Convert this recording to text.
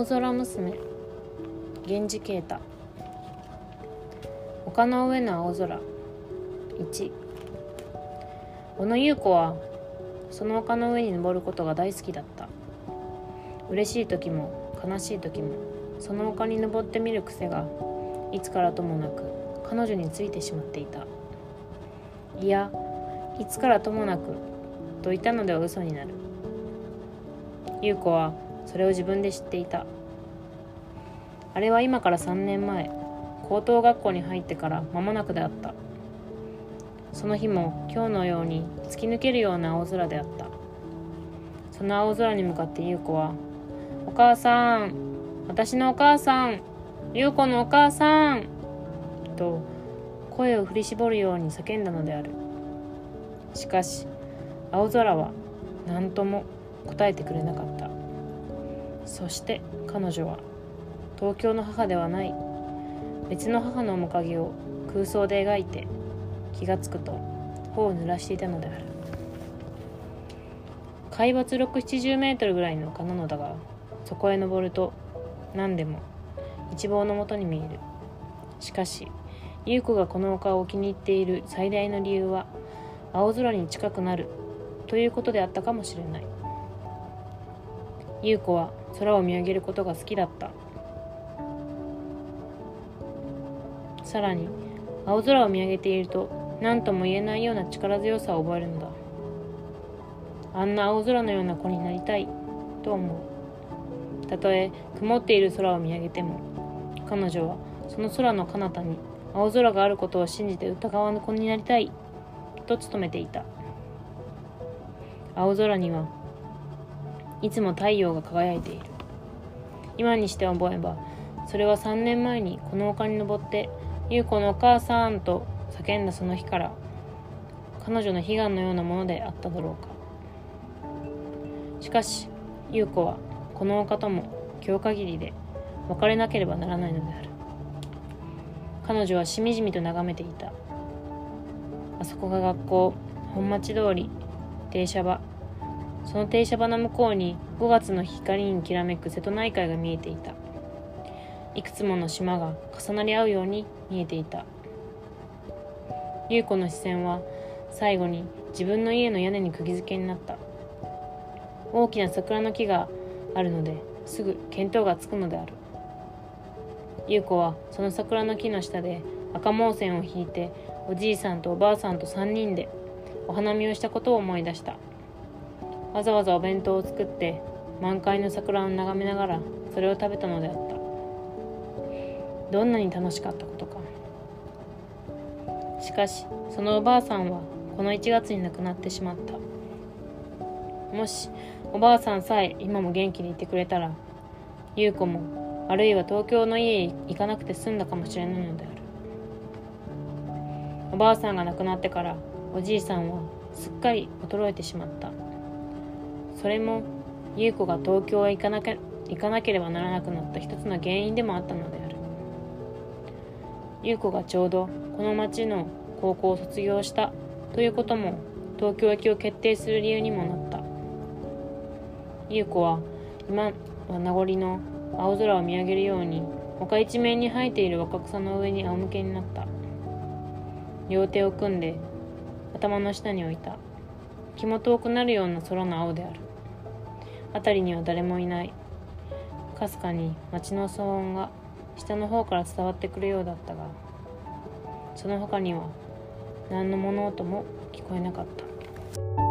青空娘源氏啓太。丘の上の青空。1。小野優子はその丘の上に登ることが大好きだった。嬉しい時も悲しい時もその丘に登ってみる癖がいつからともなく彼女についてしまっていた。いや、いつからともなくと言ったのでは嘘になる。優子はそれを自分で知っていた。あれは今から3年前、高等学校に入ってから間もなくであった。その日も今日のように突き抜けるような青空であった。その青空に向かって優子は、お母さん、私のお母さん、優子のお母さんと声を振り絞るように叫んだのである。しかし青空は何とも答えてくれなかった。そして彼女は東京の母ではない別の母の面影を空想で描いて、気がつくと頬を濡らしていたのである。海抜6、70メートルぐらいの丘なのだが、そこへ登ると何でも一望のもとに見える。しかし優子がこの丘を気に入っている最大の理由は、青空に近くなるということであったかもしれない。優子は空を見上げることが好きだった。さらに青空を見上げていると何とも言えないような力強さを覚えるのだ。あんな青空のような子になりたいと思う。たとえ曇っている空を見上げても、彼女はその空の彼方に青空があることを信じて疑わぬ子になりたいと努めていた。青空にはいつも太陽が輝いている。今にして思えば、それは3年前にこの丘に登って優子のお母さんと叫んだその日から彼女の悲願のようなものであっただろうか。しかし優子はこの丘とも今日限りで別れなければならないのである。彼女はしみじみと眺めていた。あそこが学校、本町通り、停車場。その停車場の向こうに5月の光にきらめく瀬戸内海が見えていた。いくつもの島が重なり合うように見えていた。優子の視線は最後に自分の家の屋根に釘付けになった。大きな桜の木があるのですぐ見当がつくのである。優子はその桜の木の下で赤毛線を引いて、おじいさんとおばあさんと3人でお花見をしたことを思い出した。わざわざお弁当を作って満開の桜を眺めながらそれを食べたのであった。どんなに楽しかったことか。しかしそのおばあさんはこの1月に亡くなってしまった。もしおばあさんさえ今も元気でいてくれたら、優子もあるいは東京の家へ行かなくて済んだかもしれないのである。おばあさんが亡くなってからおじいさんはすっかり衰えてしまった。それも優子が東京へ行かなければならなくなった一つの原因でもあったのである。優子がちょうどこの町の高校を卒業したということも東京行きを決定する理由にもなった。優子は今は名残の青空を見上げるように丘一面に生えている若草の上に仰向けになった。両手を組んで頭の下に置いた。気も遠くなるような空の青である。辺りには誰もいない。かすかに街の騒音が下の方から伝わってくるようだったが、その他には何の物音も聞こえなかった。